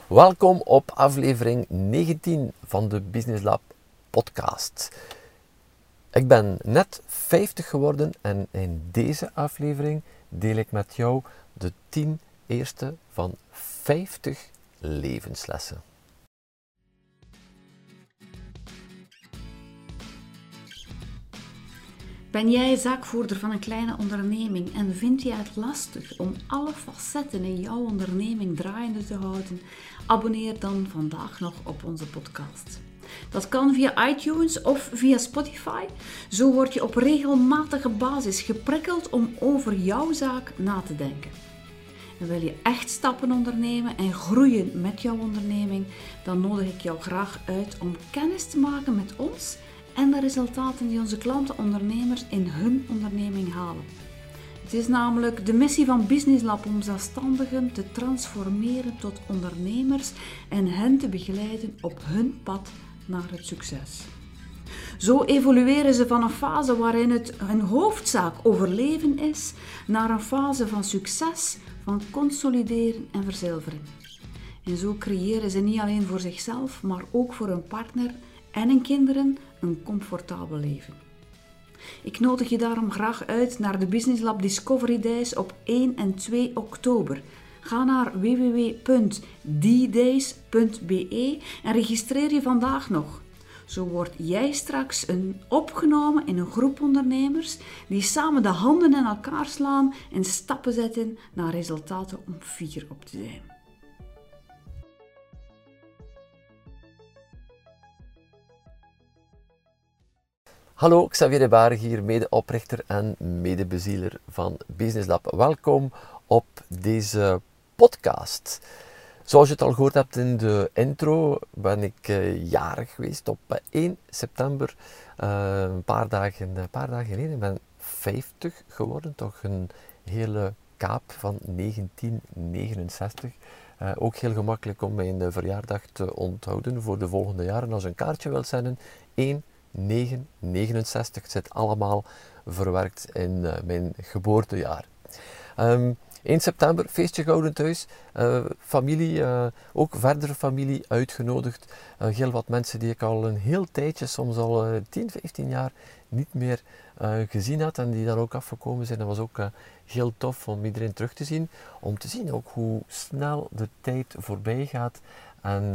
Welkom op aflevering 19 van de Business Lab podcast. Ik ben net 50 geworden en in deze aflevering deel ik met jou de 10 eerste van 50 levenslessen. Ben jij zaakvoerder van een kleine onderneming en vind jij het lastig om alle facetten in jouw onderneming draaiende te houden? Abonneer dan vandaag nog op onze podcast. Dat kan via iTunes of via Spotify. Zo word je op regelmatige basis geprikkeld om over jouw zaak na te denken. En wil je echt stappen ondernemen en groeien met jouw onderneming, dan nodig ik jou graag uit om kennis te maken met ons en de resultaten die onze klanten-ondernemers in hun onderneming halen. Het is namelijk de missie van Business Lab om zelfstandigen te transformeren tot ondernemers en hen te begeleiden op hun pad naar het succes. Zo evolueren ze van een fase waarin het hun hoofdzaak overleven is, naar een fase van succes, van consolideren en verzilvering. En zo creëren ze niet alleen voor zichzelf, maar ook voor hun partner en hun kinderen een comfortabel leven. Ik nodig je daarom graag uit naar de Business Lab Discovery Days op 1 en 2 oktober. Ga naar www.ddays.be en registreer je vandaag nog. Zo word jij straks opgenomen in een groep ondernemers die samen de handen in elkaar slaan en stappen zetten naar resultaten om fier op te zijn. Hallo, Xavier de Barig hier, medeoprichter en medebezieler van Business Lab. Welkom op deze podcast. Zoals je het al gehoord hebt in de intro, ben ik jarig geweest op 1 september. Een paar dagen geleden. Ik ben 50 geworden, toch een hele kaap van 1969. Ook heel gemakkelijk om mijn verjaardag te onthouden voor de volgende jaren. Als je een kaartje wilt zenden, 1969. Het zit allemaal verwerkt in mijn geboortejaar. 1 september, feestje Gouden Thuis, familie, ook verdere familie uitgenodigd. Heel wat mensen die ik al een heel tijdje, soms al 10, 15 jaar niet meer gezien had en die dan ook afgekomen zijn. Dat was ook heel tof om iedereen terug te zien. Om te zien ook hoe snel de tijd voorbij gaat en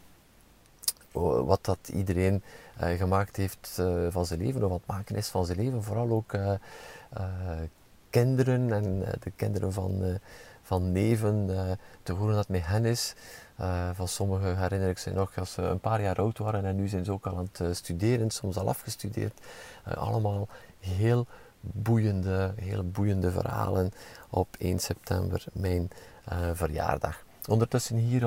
wat dat iedereen gemaakt heeft van zijn leven, of wat maken is van zijn leven. Vooral ook kinderen en de kinderen van neven, te horen dat het met hen is. Van sommigen herinner ik ze nog als ze een paar jaar oud waren en nu zijn ze ook al aan het studeren, soms al afgestudeerd. Allemaal heel boeiende verhalen op 1 september, mijn verjaardag. Ondertussen hier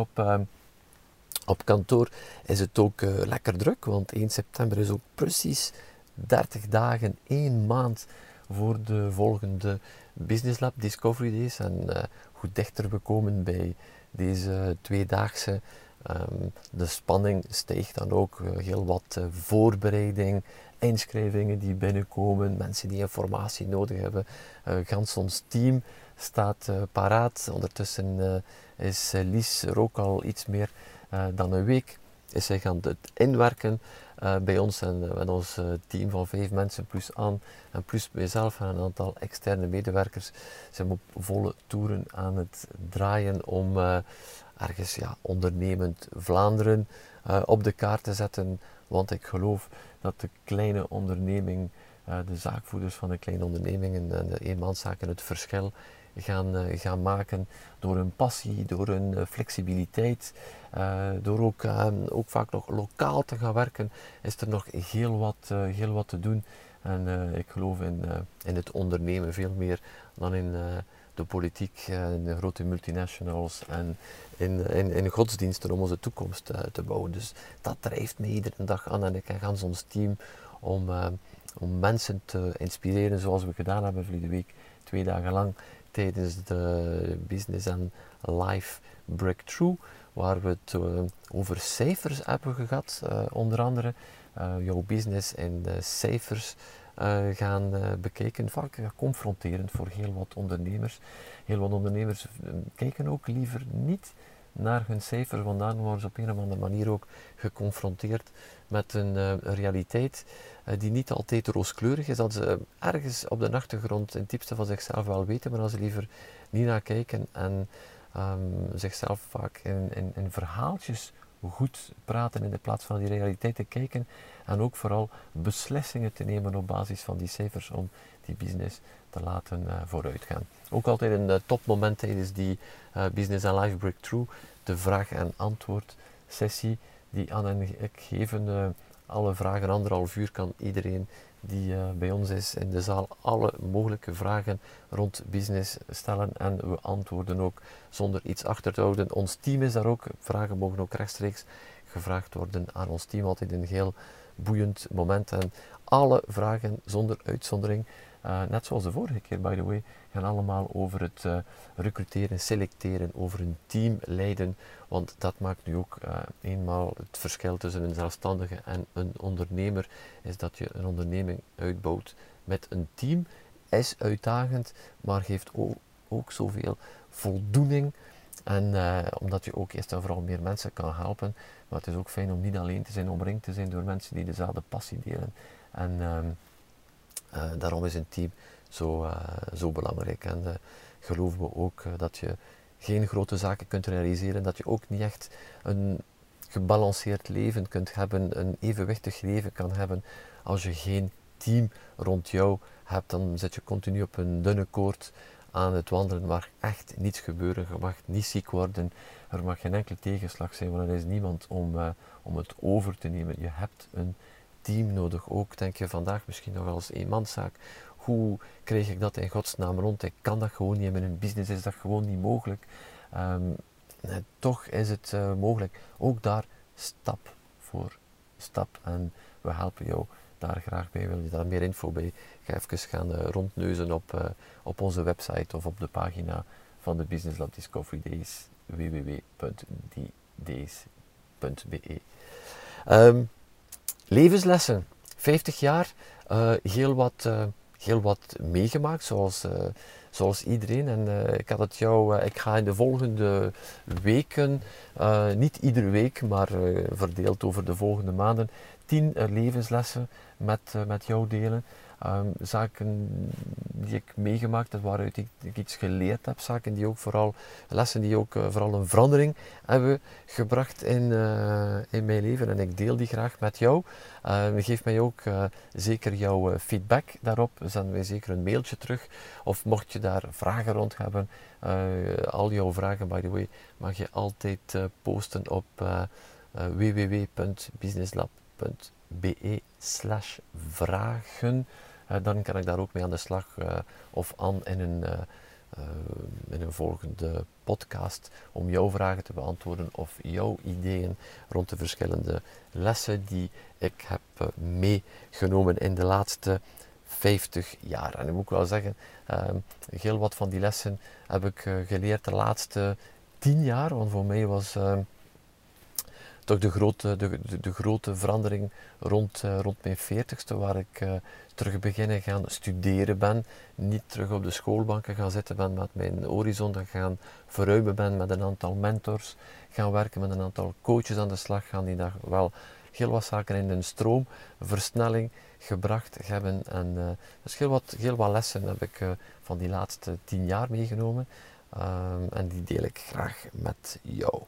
op kantoor is het ook lekker druk, want 1 september is ook precies 30 dagen, 1 maand voor de volgende Business Lab Discovery Days. En hoe dichter we komen bij deze tweedaagse, de spanning stijgt dan ook. Heel wat voorbereiding, inschrijvingen die binnenkomen, mensen die informatie nodig hebben. Gans ons team staat paraat. Ondertussen is Lies er ook al iets meer dan een week is zij gaan het inwerken bij ons en met ons team van 5 mensen plus aan en plus mijzelf en een aantal externe medewerkers zijn we op volle toeren aan het draaien om ergens ondernemend Vlaanderen op de kaart te zetten, want ik geloof dat de kleine onderneming, de zaakvoerders van de kleine ondernemingen en de eenmanszaken het verschil gaan maken door hun passie, door hun flexibiliteit, door ook vaak nog lokaal te gaan werken, is er nog heel wat te doen. En ik geloof in het ondernemen veel meer dan in de politiek, in de grote multinationals en in godsdiensten om onze toekomst te bouwen. Dus dat drijft me iedere dag aan en ik ga ons team om mensen te inspireren zoals we gedaan hebben verleden week, 2 dagen lang tijdens de Business and Life Breakthrough, waar we het over cijfers hebben gehad, onder andere jouw business en de cijfers gaan bekijken, vaak confronterend voor heel wat ondernemers. Heel wat ondernemers kijken ook liever niet naar hun cijfers, want daar worden ze op een of andere manier ook geconfronteerd met een realiteit die niet altijd rooskleurig is, dat ze ergens op de achtergrond in het diepste van zichzelf wel weten, maar als ze liever niet naar kijken en zichzelf vaak in verhaaltjes goed praten in de plaats van die realiteit te kijken en ook vooral beslissingen te nemen op basis van die cijfers om die business te laten vooruitgaan. Ook altijd een topmoment tijdens die Business and Life Breakthrough, de vraag- en antwoord sessie die Anne en ik geven. Alle vragen, 1,5 uur kan iedereen die bij ons is in de zaal alle mogelijke vragen rond business stellen en we antwoorden ook zonder iets achter te houden. Ons team is daar ook, vragen mogen ook rechtstreeks gevraagd worden aan ons team, altijd een heel boeiend moment en alle vragen zonder uitzondering, net zoals de vorige keer by the way, gaan allemaal over het recruteren, selecteren, over een team leiden, want dat maakt nu ook eenmaal het verschil tussen een zelfstandige en een ondernemer, is dat je een onderneming uitbouwt met een team, is uitdagend, maar geeft ook zoveel voldoening en omdat je ook eerst en vooral meer mensen kan helpen, maar het is ook fijn om niet alleen te zijn, omringd te zijn door mensen die dezelfde passie delen en daarom is een team zo belangrijk en geloven we ook dat je geen grote zaken kunt realiseren, dat je ook niet echt een gebalanceerd leven kunt hebben, een evenwichtig leven kan hebben als je geen team rond jou hebt, dan zit je continu op een dunne koord aan het wandelen, mag echt niets gebeuren, je mag niet ziek worden, er mag geen enkele tegenslag zijn, want er is niemand om het over te nemen. Je hebt een team nodig, ook denk je vandaag misschien nog als eenmanszaak. Hoe krijg ik dat in godsnaam rond? Ik kan dat gewoon niet, in een business is dat gewoon niet mogelijk. Toch is het mogelijk, ook daar stap voor stap en we helpen jou daar graag bij. Wil je daar meer info bij? Ga even gaan rondneuzen op onze website of op de pagina van de Business Lab Discovery Days, www.ddays.be. Levenslessen, 50 jaar, heel wat meegemaakt, zoals iedereen. En ik ga in de volgende weken, niet iedere week, maar verdeeld over de volgende maanden, 10 levenslessen met jou delen. Zaken die ik meegemaakt heb, waaruit ik iets geleerd heb, zaken die ook vooral, lessen die ook vooral een verandering hebben gebracht in mijn leven en ik deel die graag met jou. Geef mij ook zeker jouw feedback daarop, zend mij zeker een mailtje terug of mocht je daar vragen rond hebben, al jouw vragen by the way, mag je altijd posten op www.businesslab.be/vragen. Dan kan ik daar ook mee aan de slag of aan in een volgende podcast om jouw vragen te beantwoorden of jouw ideeën rond de verschillende lessen die ik heb meegenomen in de laatste 50 jaar. En ik moet wel zeggen, heel wat van die lessen heb ik geleerd de laatste 10 jaar, want voor mij was toch de grote verandering rond mijn 40ste, waar ik terug beginnen gaan studeren ben, niet terug op de schoolbanken gaan zitten ben, met mijn horizon gaan verruimen ben, met een aantal mentors gaan werken, met een aantal coaches aan de slag gaan, die daar wel heel wat zaken in een stroomversnelling gebracht hebben. En dus heel wat lessen heb ik van die laatste 10 jaar meegenomen en die deel ik graag met jou.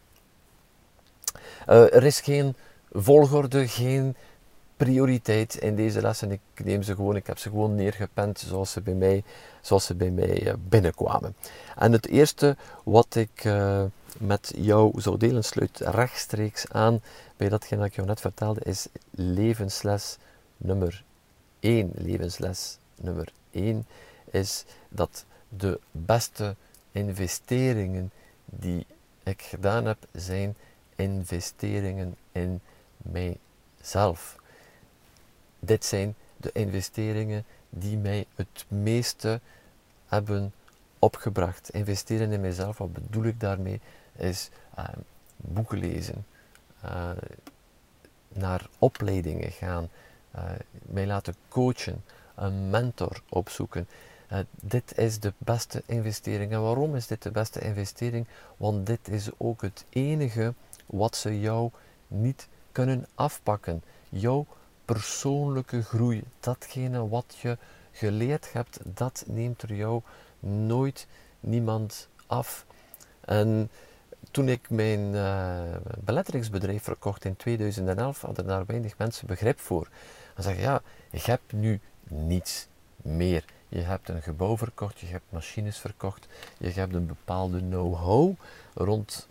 Er is geen volgorde, geen prioriteit in deze lessen. Ik heb ze gewoon neergepend zoals ze bij mij binnenkwamen. En het eerste wat ik met jou zou delen, sluit rechtstreeks aan bij datgene dat ik jou net vertelde, is levensles nummer 1. Levensles nummer 1 is dat de beste investeringen die ik gedaan heb, zijn investeringen in mijzelf. Dit zijn de investeringen die mij het meeste hebben opgebracht. Investeren in mijzelf, wat bedoel ik daarmee? Is boeken lezen, naar opleidingen gaan, mij laten coachen, een mentor opzoeken. Dit is de beste investering. En waarom is dit de beste investering? Want dit is ook het enige wat ze jou niet kunnen afpakken. Jouw persoonlijke groei, datgene wat je geleerd hebt, dat neemt er jou nooit niemand af. En toen ik mijn beletteringsbedrijf verkocht in 2011, hadden daar weinig mensen begrip voor. Dan zeg je, ja, je hebt nu niets meer. Je hebt een gebouw verkocht, je hebt machines verkocht, je hebt een bepaalde know-how rond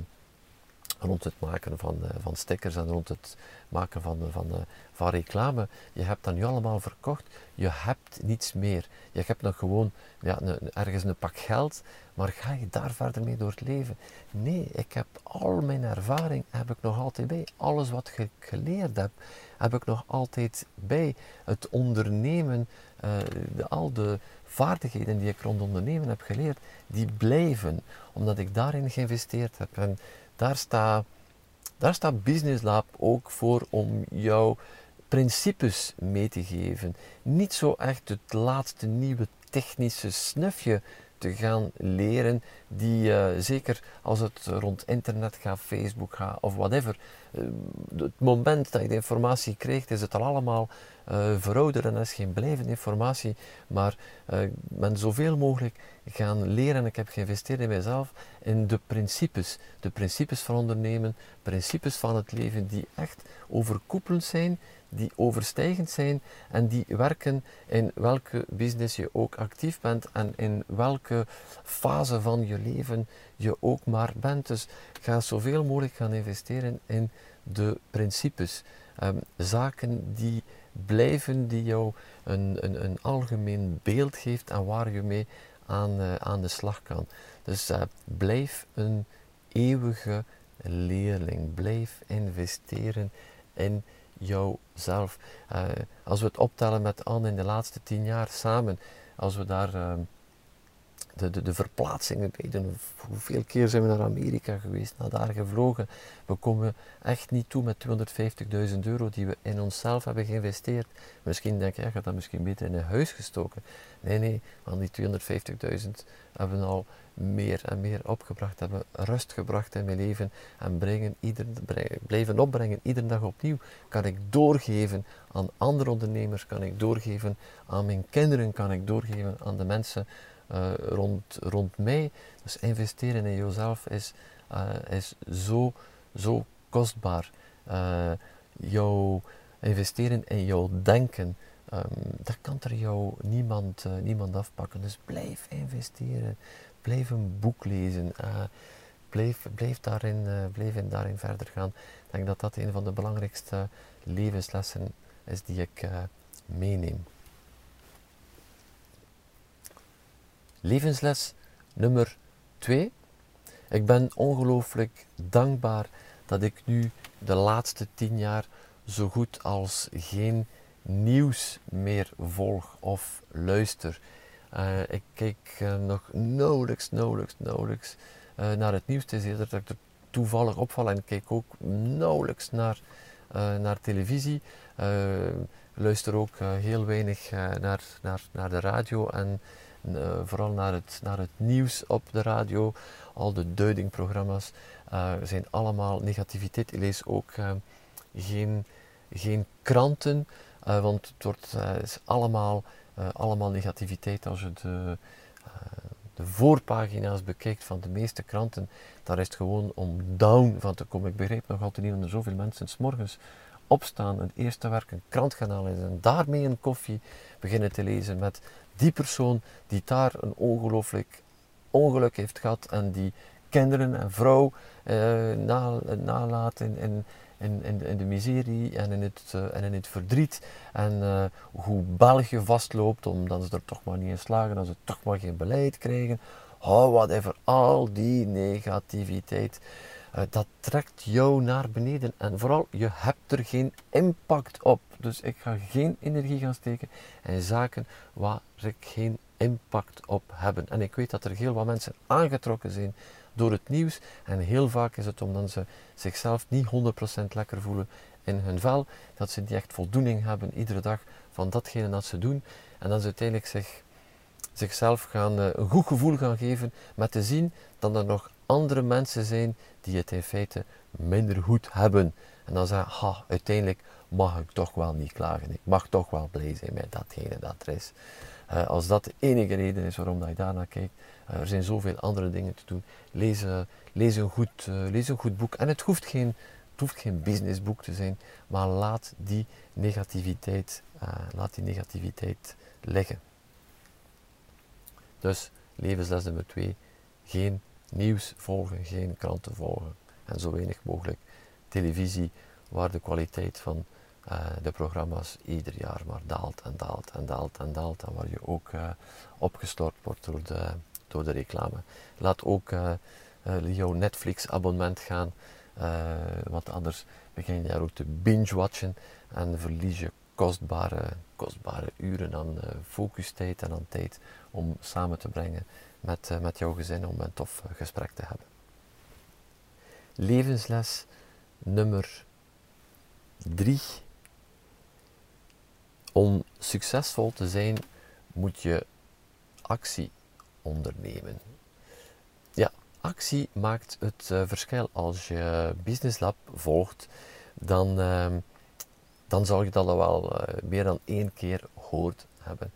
het maken van stickers en rond het maken van reclame. Je hebt dat nu allemaal verkocht. Je hebt niets meer. Je hebt nog gewoon ergens een pak geld, maar ga je daar verder mee door het leven? Nee, ik heb al mijn ervaring heb ik nog altijd bij. Alles wat ik geleerd heb ik nog altijd bij. Het ondernemen, al de vaardigheden die ik rond ondernemen heb geleerd, die blijven, omdat ik daarin geïnvesteerd heb. En daar staat Business Lab ook voor om jouw principes mee te geven. Niet zo echt het laatste nieuwe technische snufje te gaan leren, die zeker als het rond internet gaat, Facebook gaat of whatever, het moment dat je de informatie krijgt, is het al allemaal verouderd en dat is geen blijvende informatie, maar men zoveel mogelijk gaan leren. Ik heb geïnvesteerd in mijzelf, in de principes van ondernemen, principes van het leven die echt overkoepelend zijn, die overstijgend zijn en die werken in welke business je ook actief bent en in welke fase van je leven je ook maar bent. Dus ga zoveel mogelijk gaan investeren in de principes. Zaken die blijven, die jou een algemeen beeld geeft en waar je mee aan de slag kan. Dus blijf een eeuwige leerling. Blijf investeren in jouzelf. Als we het optellen met Anne in de laatste 10 jaar samen, als we daar de verplaatsingen bij doen, hoeveel keer zijn we naar Amerika geweest, naar daar gevlogen, we komen echt niet toe met €250.000 die we in onszelf hebben geïnvesteerd. Misschien denk je, je gaat dat misschien beter in een huis gestoken. Nee, want die 250.000 hebben al meer en meer opgebracht, hebben rust gebracht in mijn leven en blijven opbrengen iedere dag opnieuw. Kan ik doorgeven aan andere ondernemers, kan ik doorgeven aan mijn kinderen, kan ik doorgeven aan de mensen rond mij. Dus investeren in jezelf is zo kostbaar. Investeren in jouw denken, dat kan er jou niemand afpakken. Dus blijf investeren, blijf een boek lezen, blijf daarin verder gaan. Ik denk dat dat een van de belangrijkste levenslessen is die ik meeneem. Levensles nummer 2. Ik ben ongelooflijk dankbaar dat ik nu de laatste 10 jaar zo goed als geen nieuws meer volg of luister. Ik kijk nog nauwelijks naar het nieuws. Het is eerder dat ik er toevallig opval en ik kijk ook nauwelijks naar televisie. Luister ook heel weinig naar de radio en vooral naar het nieuws op de radio. Al de duidingprogramma's zijn allemaal negativiteit. Ik lees ook geen kranten, want het is allemaal negativiteit. Als je de voorpagina's bekijkt van de meeste kranten, daar is het gewoon om down van te komen. Ik begrijp nog altijd niet dat er zoveel mensen 's morgens opstaan, het eerste werk een krant gaan halen en daarmee een koffie beginnen te lezen met die persoon die daar een ongelooflijk ongeluk heeft gehad en die kinderen en vrouw nalaat in de miserie en in het verdriet en hoe België vastloopt omdat ze er toch maar niet in slagen, dat ze toch maar geen beleid krijgen. Whatever, al die negativiteit, dat trekt jou naar beneden en vooral je hebt er geen impact op. Dus ik ga geen energie gaan steken in zaken waar ik geen impact op heb. En ik weet dat er heel wat mensen aangetrokken zijn door het nieuws en heel vaak is het omdat ze zichzelf niet 100% lekker voelen in hun vel, dat ze niet echt voldoening hebben iedere dag van datgene dat ze doen en dat ze uiteindelijk zichzelf een goed gevoel gaan geven met te zien dat er nog andere mensen zijn die het in feite minder goed hebben. En dan zeggen, uiteindelijk mag ik toch wel niet klagen. Ik mag toch wel blij zijn met datgene dat er is. Als dat de enige reden is waarom dat je daarnaar kijkt, er zijn zoveel andere dingen te doen. Lees een goed boek. En het hoeft geen businessboek te zijn, maar laat die negativiteit liggen. Dus levensles nummer 2, geen nieuws volgen, geen kranten volgen. En zo weinig mogelijk televisie, waar de kwaliteit van de programma's ieder jaar maar daalt en daalt en daalt en daalt. En waar je ook opgestort wordt door de reclame. Laat ook jouw Netflix-abonnement gaan, want anders begin je daar ook te binge-watchen en verlies je kostbare uren aan focustijd en aan tijd om samen te brengen met jouw gezin om een tof gesprek te hebben. Levensles nummer 3. Om succesvol te zijn moet je actie ondernemen. Ja, actie maakt het verschil. Als je Business Lab volgt, dan zal je dat al wel meer dan 1 keer gehoord hebben.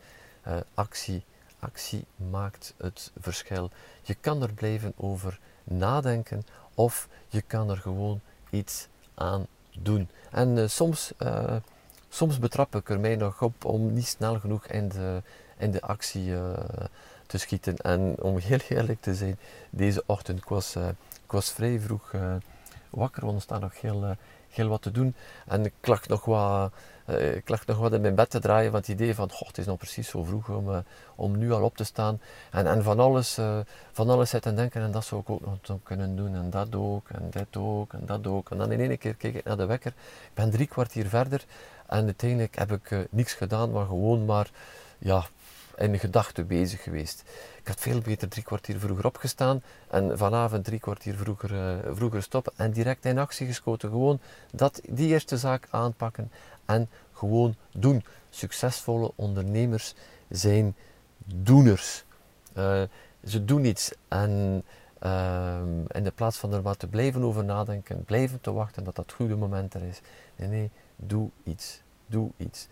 Actie maakt het verschil. Je kan er blijven over nadenken of je kan er gewoon iets aan doen. En soms betrap ik er mij nog op om niet snel genoeg in de actie te schieten. En om heel eerlijk te zijn, deze ochtend, ik was vrij vroeg wakker, want er staat nog heel wat te doen. En ik lag nog wat in mijn bed te draaien van het idee van, het is nog precies zo vroeg om nu al op te staan. En van alles zitten denken, en dat zou ik ook nog kunnen doen, en dat ook, en dit ook, en dat ook. En dan in één keer kijk ik naar de wekker, ik ben 3 kwartier verder, en uiteindelijk heb ik niks gedaan, maar gewoon maar, in gedachten bezig geweest. Ik had veel beter 3 kwartier vroeger opgestaan en vanavond 3 kwartier vroeger stoppen en direct in actie geschoten. Gewoon die eerste zaak aanpakken en gewoon doen. Succesvolle ondernemers zijn doeners. Ze doen iets en in de plaats van er maar te blijven over nadenken, blijven te wachten dat dat goede moment er is. Nee, doe iets.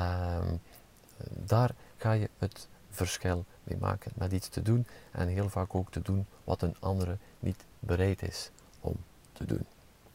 Daar ga je het verschil mee maken, met iets te doen en heel vaak ook te doen wat een andere niet bereid is om te doen.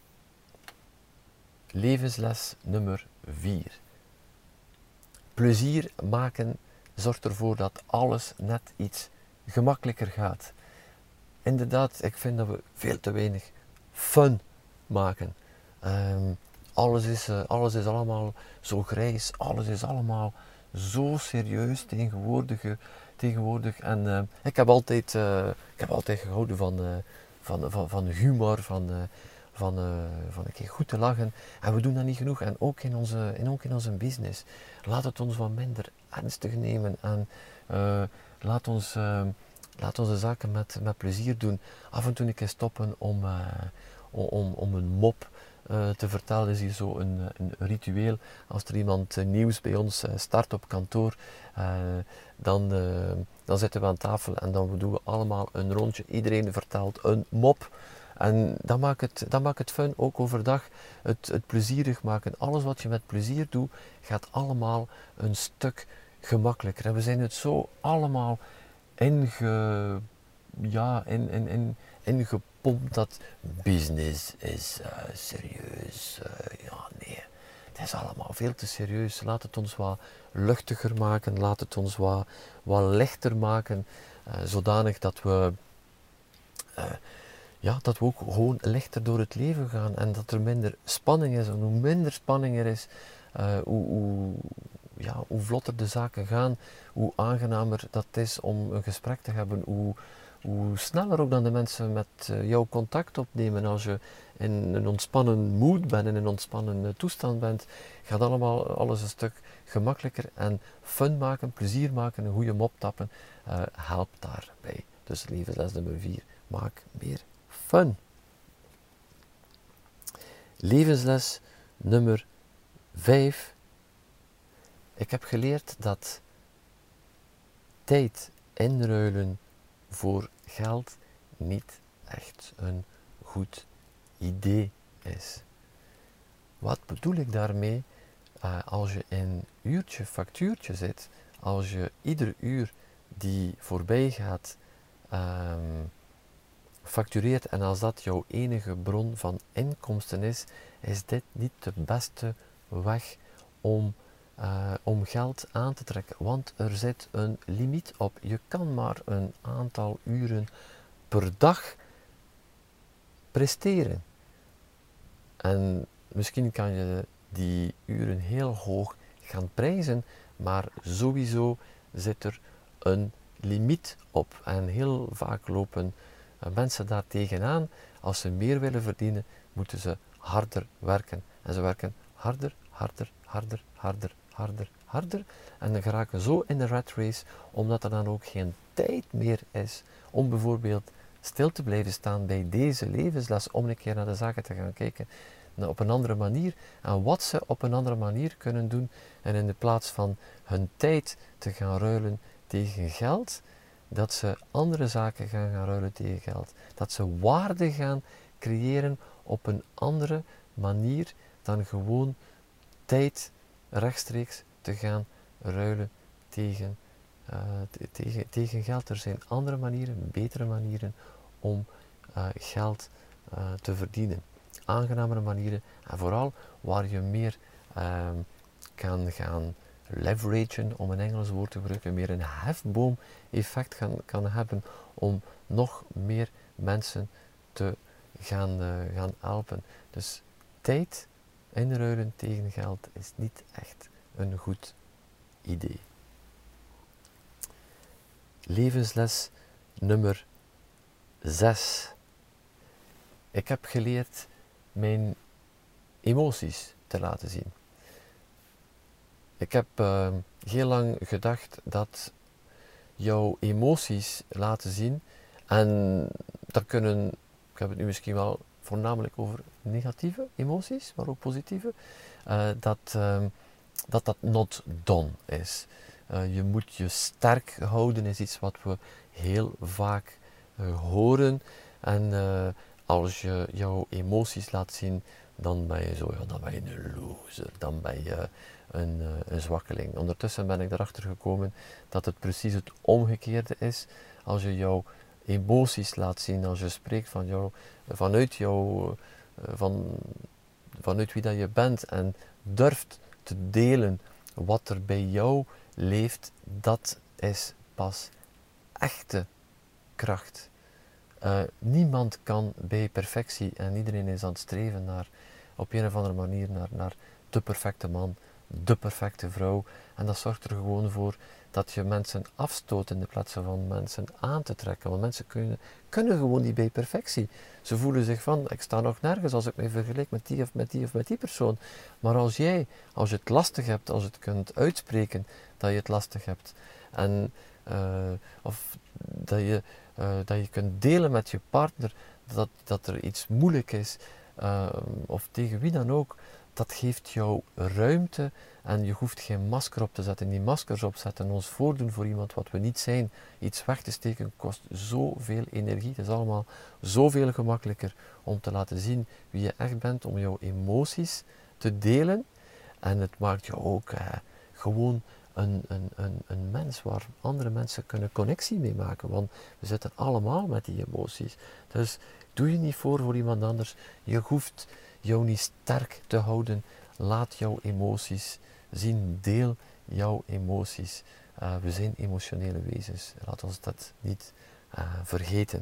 Levensles nummer 4. Plezier maken zorgt ervoor dat alles net iets gemakkelijker gaat. Inderdaad, ik vind dat we veel te weinig fun maken. Alles is allemaal zo grijs, alles is allemaal zo serieus tegenwoordig. En ik heb altijd gehouden van humor, van een keer goed te lachen. En we doen dat niet genoeg. En ook in onze business. Laat het ons wat minder ernstig nemen. En laat ons de zaken met plezier doen. Af en toe een keer stoppen om een mop te vertellen. Is hier zo een ritueel. Als er iemand nieuws bij ons start op kantoor, dan zitten we aan tafel en dan doen we allemaal een rondje. Iedereen vertelt een mop. En dat maakt het fun, ook overdag. Het plezierig maken. Alles wat je met plezier doet, gaat allemaal een stuk gemakkelijker. En we zijn het zo allemaal ingepompt dat business is serieus. Nee, het is allemaal veel te serieus. Laat het ons wat luchtiger maken, laat het ons wat lichter maken, zodanig dat we ook gewoon lichter door het leven gaan en dat er minder spanning is. En hoe minder spanning er is, hoe vlotter de zaken gaan, hoe aangenamer dat is om een gesprek te hebben, hoe sneller ook dan de mensen met jou contact opnemen. Als je in een ontspannen mood bent, in een ontspannen toestand bent, gaat alles een stuk gemakkelijker. En fun maken, plezier maken, een goede mop tappen, helpt daarbij. Dus levensles nummer 4, maak meer fun. Levensles nummer 5. Ik heb geleerd dat tijd inruilen voor geld niet echt een goed idee is. Wat bedoel ik daarmee? Als je in uurtje factuurtje zit, als je ieder uur die voorbij gaat factureert en als dat jouw enige bron van inkomsten is dit niet de beste weg om geld aan te trekken. Want er zit een limiet op. Je kan maar een aantal uren per dag presteren. En misschien kan je die uren heel hoog gaan prijzen, maar sowieso zit er een limiet op. En heel vaak lopen mensen daar tegenaan. Als ze meer willen verdienen, moeten ze harder werken. En ze werken harder, harder, harder, harder, harder, harder. En dan geraken zo in de rat race, omdat er dan ook geen tijd meer is om bijvoorbeeld stil te blijven staan bij deze levensles, om een keer naar de zaken te gaan kijken op een andere manier en wat ze op een andere manier kunnen doen en in de plaats van hun tijd te gaan ruilen tegen geld, dat ze andere zaken gaan ruilen tegen geld. Dat ze waarde gaan creëren op een andere manier dan gewoon tijd rechtstreeks te gaan ruilen tegen geld. Er zijn andere manieren, betere manieren om geld te verdienen. Aangenamere manieren en vooral waar je meer kan gaan leveragen, om een Engels woord te gebruiken, meer een hefboom-effect kan hebben om nog meer mensen te gaan helpen. Dus tijd inruilen tegen geld is niet echt een goed idee. Levensles nummer 6. Ik heb geleerd mijn emoties te laten zien. Ik heb heel lang gedacht dat jouw emoties laten zien, en dat kunnen, ik heb het nu misschien wel voornamelijk over negatieve emoties, maar ook positieve, dat not done is. Je moet je sterk houden is iets wat we heel vaak horen. En als je jouw emoties laat zien, dan ben je een loser, dan ben je een zwakkeling. Ondertussen ben ik erachter gekomen dat het precies het omgekeerde is. Als je jouw emoties laat zien, als je spreekt vanuit wie dat je bent en durft te delen wat er bij jou leeft, dat is pas echte kracht. Niemand kan bij perfectie en iedereen is aan het streven naar, op een of andere manier, naar de perfecte man, de perfecte vrouw. En dat zorgt er gewoon voor dat je mensen afstoot in de plaats van mensen aan te trekken. Want mensen kunnen gewoon niet bij perfectie. Ze voelen zich van, ik sta nog nergens als ik mij vergelijk met die of met die of met die persoon. Maar als je het lastig hebt, als je het kunt uitspreken dat je het lastig hebt, en of dat je kunt delen met je partner dat er iets moeilijk is, of tegen wie dan ook, dat geeft jou ruimte en je hoeft geen masker op te zetten. Die maskers opzetten, ons voordoen voor iemand wat we niet zijn, iets weg te steken, kost zoveel energie. Het is allemaal zoveel gemakkelijker om te laten zien wie je echt bent, om jouw emoties te delen. En het maakt je ook gewoon een mens waar andere mensen kunnen connectie mee maken, want we zitten allemaal met die emoties. Dus doe je niet voor iemand anders. Je hoeft jou niet sterk te houden. Laat jouw emoties zien. Deel jouw emoties. We zijn emotionele wezens. Laat ons dat niet vergeten.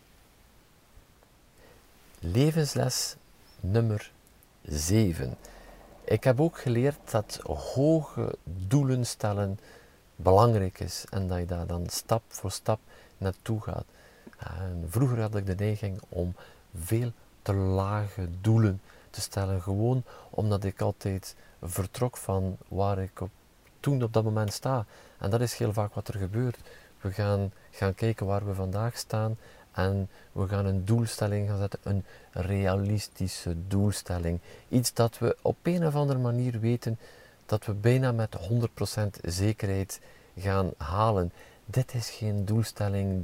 Levensles nummer 7. Ik heb ook geleerd dat hoge doelen stellen belangrijk is en dat je daar dan stap voor stap naartoe gaat. Vroeger had ik de neiging om veel te lage doelen te stellen, gewoon omdat ik altijd vertrok van waar ik toen op dat moment sta. En dat is heel vaak wat er gebeurt. We gaan kijken waar we vandaag staan en we gaan een doelstelling gaan zetten, een realistische doelstelling. Iets dat we op een of andere manier weten dat we bijna met 100% zekerheid gaan halen. dit is geen doelstelling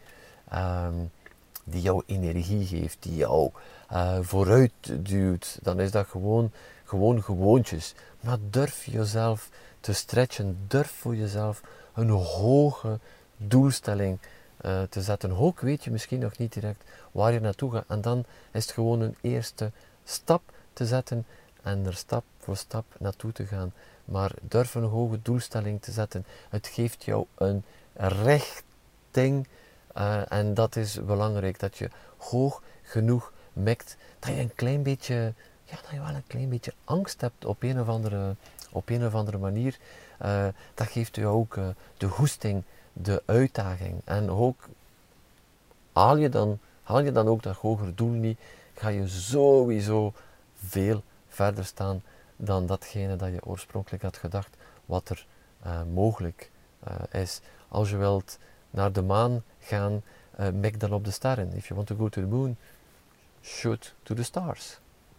die jou energie geeft, die jou vooruit duwt. Dan is dat gewoon gewoontjes. Maar durf jezelf te stretchen, durf voor jezelf een hoge doelstelling te zetten. Hoog weet je misschien nog niet direct waar je naartoe gaat. En dan is het gewoon een eerste stap te zetten en er stap voor stap naartoe te gaan. Maar durf een hoge doelstelling te zetten. Het geeft jou een richting en dat is belangrijk. Dat je hoog genoeg mikt. Dat je een klein beetje, ja, dat je wel een klein beetje angst hebt op een of andere manier. Dat geeft je ook de goesting, de uitdaging. En ook haal je dan ook dat hogere doel niet, ga je sowieso veel verder staan dan datgene dat je oorspronkelijk had gedacht, wat er mogelijk is. Als je wilt naar de maan gaan, mik dan op de sterren. If you want to go to the moon, shoot to the stars.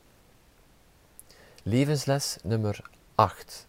Levensles nummer 8.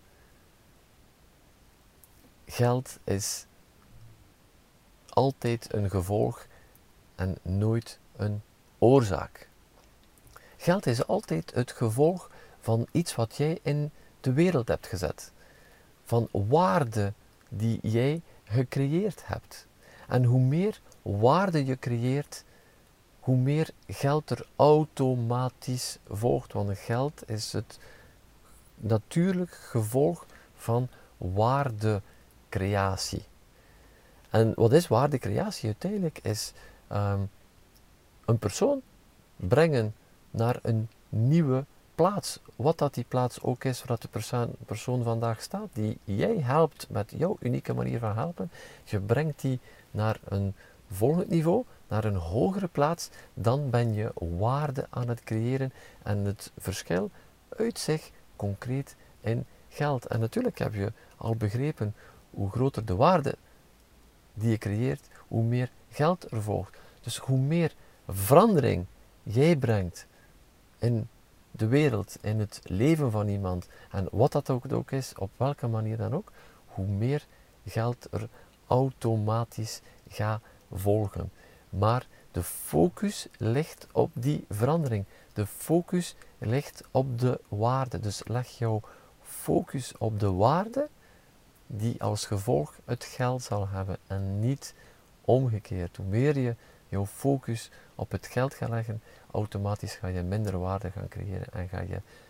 Geld is altijd een gevolg en nooit een oorzaak. Geld is altijd het gevolg van iets wat jij in de wereld hebt gezet. Van waarde die jij gecreëerd hebt. En hoe meer waarde je creëert, hoe meer geld er automatisch volgt. Want geld is het natuurlijk gevolg van waardecreatie. En wat is waardecreatie? Uiteindelijk is een persoon brengen naar een nieuwe plaats. Wat dat die plaats ook is waar de persoon vandaag staat, die jij helpt met jouw unieke manier van helpen. Je brengt die naar een volgend niveau, naar een hogere plaats. Dan ben je waarde aan het creëren en het verschil uit zich concreet in geld. En natuurlijk heb je al begrepen hoe groter de waarde die je creëert, hoe meer geld er volgt. Dus hoe meer verandering jij brengt in de wereld, in het leven van iemand, en wat dat ook is, op welke manier dan ook, hoe meer geld er automatisch gaat volgen. Maar de focus ligt op die verandering. De focus ligt op de waarde. Dus leg jouw focus op de waarde die als gevolg het geld zal hebben en niet omgekeerd. Hoe meer je jouw focus op het geld gaat leggen, automatisch ga je minder waarde gaan creëren en ga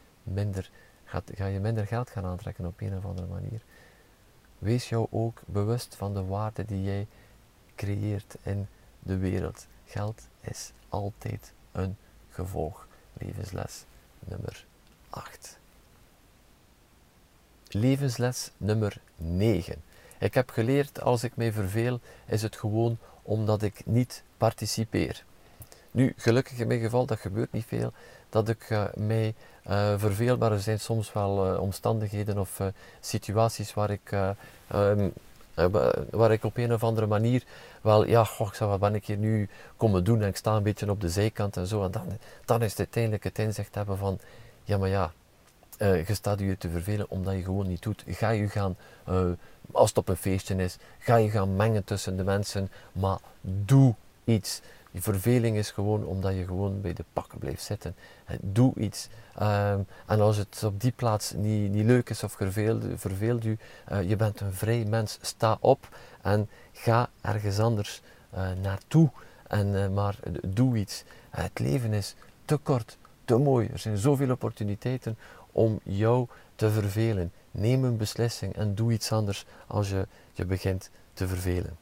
je minder geld gaan aantrekken op een of andere manier. Wees jou ook bewust van de waarde die jij creëert in de wereld. Geld is altijd een gevolg. Levensles nummer 8. Levensles nummer 9. Ik heb geleerd, als ik mij verveel, is het gewoon omdat ik niet participeer. Nu, gelukkig in mijn geval, dat gebeurt niet veel, dat ik mij verveel, maar er zijn soms wel omstandigheden of situaties waar ik op een of andere manier wel, ja, wat ben ik hier nu komen doen en ik sta een beetje op de zijkant en zo. En dan is het uiteindelijk het inzicht hebben van, ja maar ja, je staat je te vervelen omdat je gewoon niet doet. Ga je gaan, als het op een feestje is, ga je gaan mengen tussen de mensen, maar doe iets. Die verveling is gewoon omdat je gewoon bij de pakken blijft zitten. Doe iets. En als het op die plaats niet leuk is of verveelt u, je bent een vrij mens, sta op en ga ergens anders naartoe. Maar doe iets. Het leven is te kort, te mooi. Er zijn zoveel opportuniteiten om jou te vervelen. Neem een beslissing en doe iets anders als je begint te vervelen.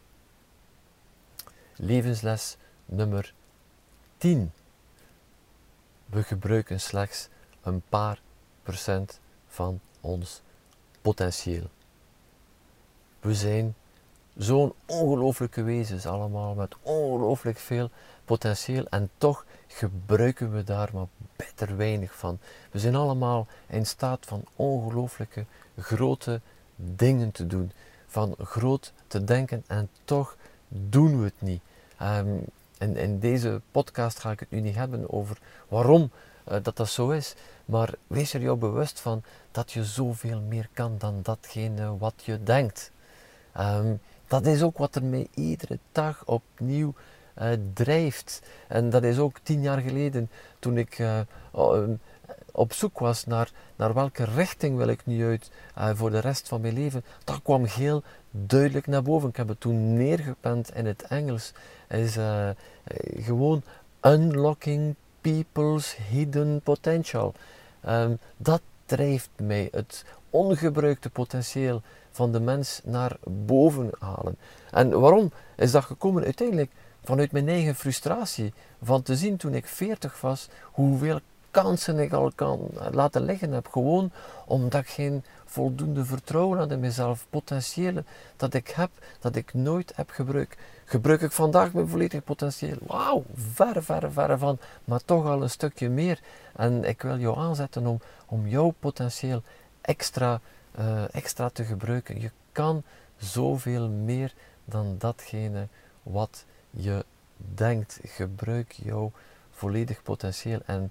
Levensles nummer 10. We gebruiken slechts een paar procent van ons potentieel. We zijn zo'n ongelooflijke wezens allemaal met ongelooflijk veel potentieel en toch gebruiken we daar maar bitter weinig van. We zijn allemaal in staat van ongelooflijke grote dingen te doen, van groot te denken en toch doen we het niet. In deze podcast ga ik het nu niet hebben over waarom dat zo is, maar wees er jou bewust van dat je zoveel meer kan dan datgene wat je denkt. dat is ook wat er mij iedere dag opnieuw drijft. En dat is ook 10 jaar geleden, toen ik op zoek was naar welke richting wil ik nu uit voor de rest van mijn leven. Dat kwam heel duidelijk naar boven. Ik heb het toen neergepend in het Engels. Is gewoon unlocking people's hidden potential. Dat drijft mij, het ongebruikte potentieel van de mens naar boven halen. En waarom is dat gekomen? Uiteindelijk vanuit mijn eigen frustratie, van te zien toen ik 40 was, hoeveel kansen ik al kan laten liggen heb. Gewoon omdat ik geen voldoende vertrouwen had in mezelf, potentiële dat ik heb, dat ik nooit heb gebruikt. Gebruik ik vandaag mijn volledig potentieel? Wauw, verre van, maar toch al een stukje meer. En ik wil jou aanzetten om jouw potentieel extra te gebruiken. Je kan zoveel meer dan datgene wat je denkt. Gebruik jouw volledig potentieel en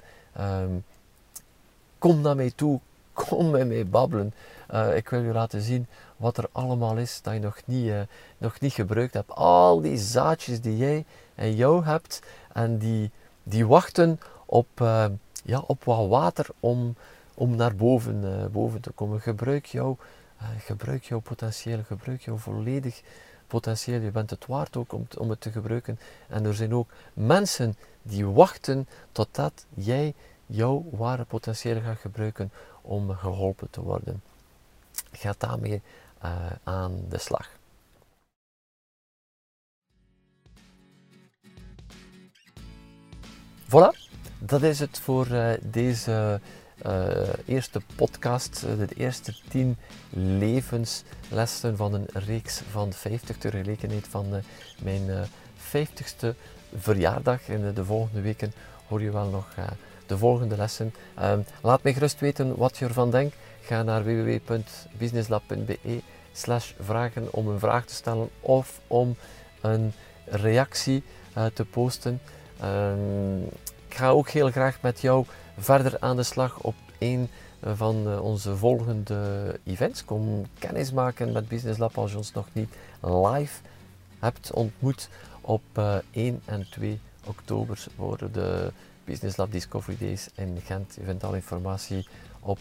kom naar mij toe, kom met mij babbelen. Ik wil je laten zien wat er allemaal is dat je nog niet gebruikt hebt. Al die zaadjes die jij en jou hebt en die wachten op wat water om naar boven te komen. Gebruik jouw potentieel, gebruik jouw volledig potentieel. Je bent het waard ook om het te gebruiken. En er zijn ook mensen die wachten totdat jij jouw ware potentieel gaat gebruiken om geholpen te worden. Ga daarmee aan de slag. Voilà, dat is het voor deze eerste podcast, de eerste 10 levenslessen van een reeks van 50 ter gelegenheid van mijn 50ste verjaardag. In de volgende weken hoor je wel nog de volgende lessen. Laat mij gerust weten wat je ervan denkt. Ga naar www.businesslab.be/vragen om een vraag te stellen of om een reactie te posten. Ik ga ook heel graag met jou verder aan de slag op een van onze volgende events. Kom kennis maken met Business Lab als je ons nog niet live hebt ontmoet. Op 1 en 2 oktober worden de Business Lab Discovery Days in Gent. Je vindt alle informatie op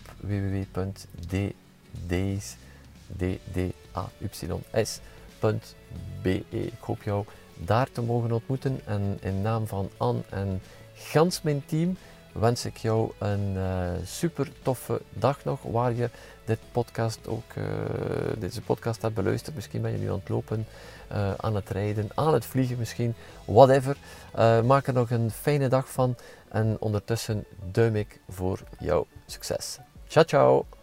www.ddays.be. Ik hoop jou daar te mogen ontmoeten en in naam van Anne en gans mijn team wens ik jou een super toffe dag nog, waar je deze podcast hebt beluisterd. Misschien ben je nu aan het lopen, aan het rijden, aan het vliegen misschien, whatever. Maak er nog een fijne dag van en ondertussen duim ik voor jouw succes. Ciao, ciao!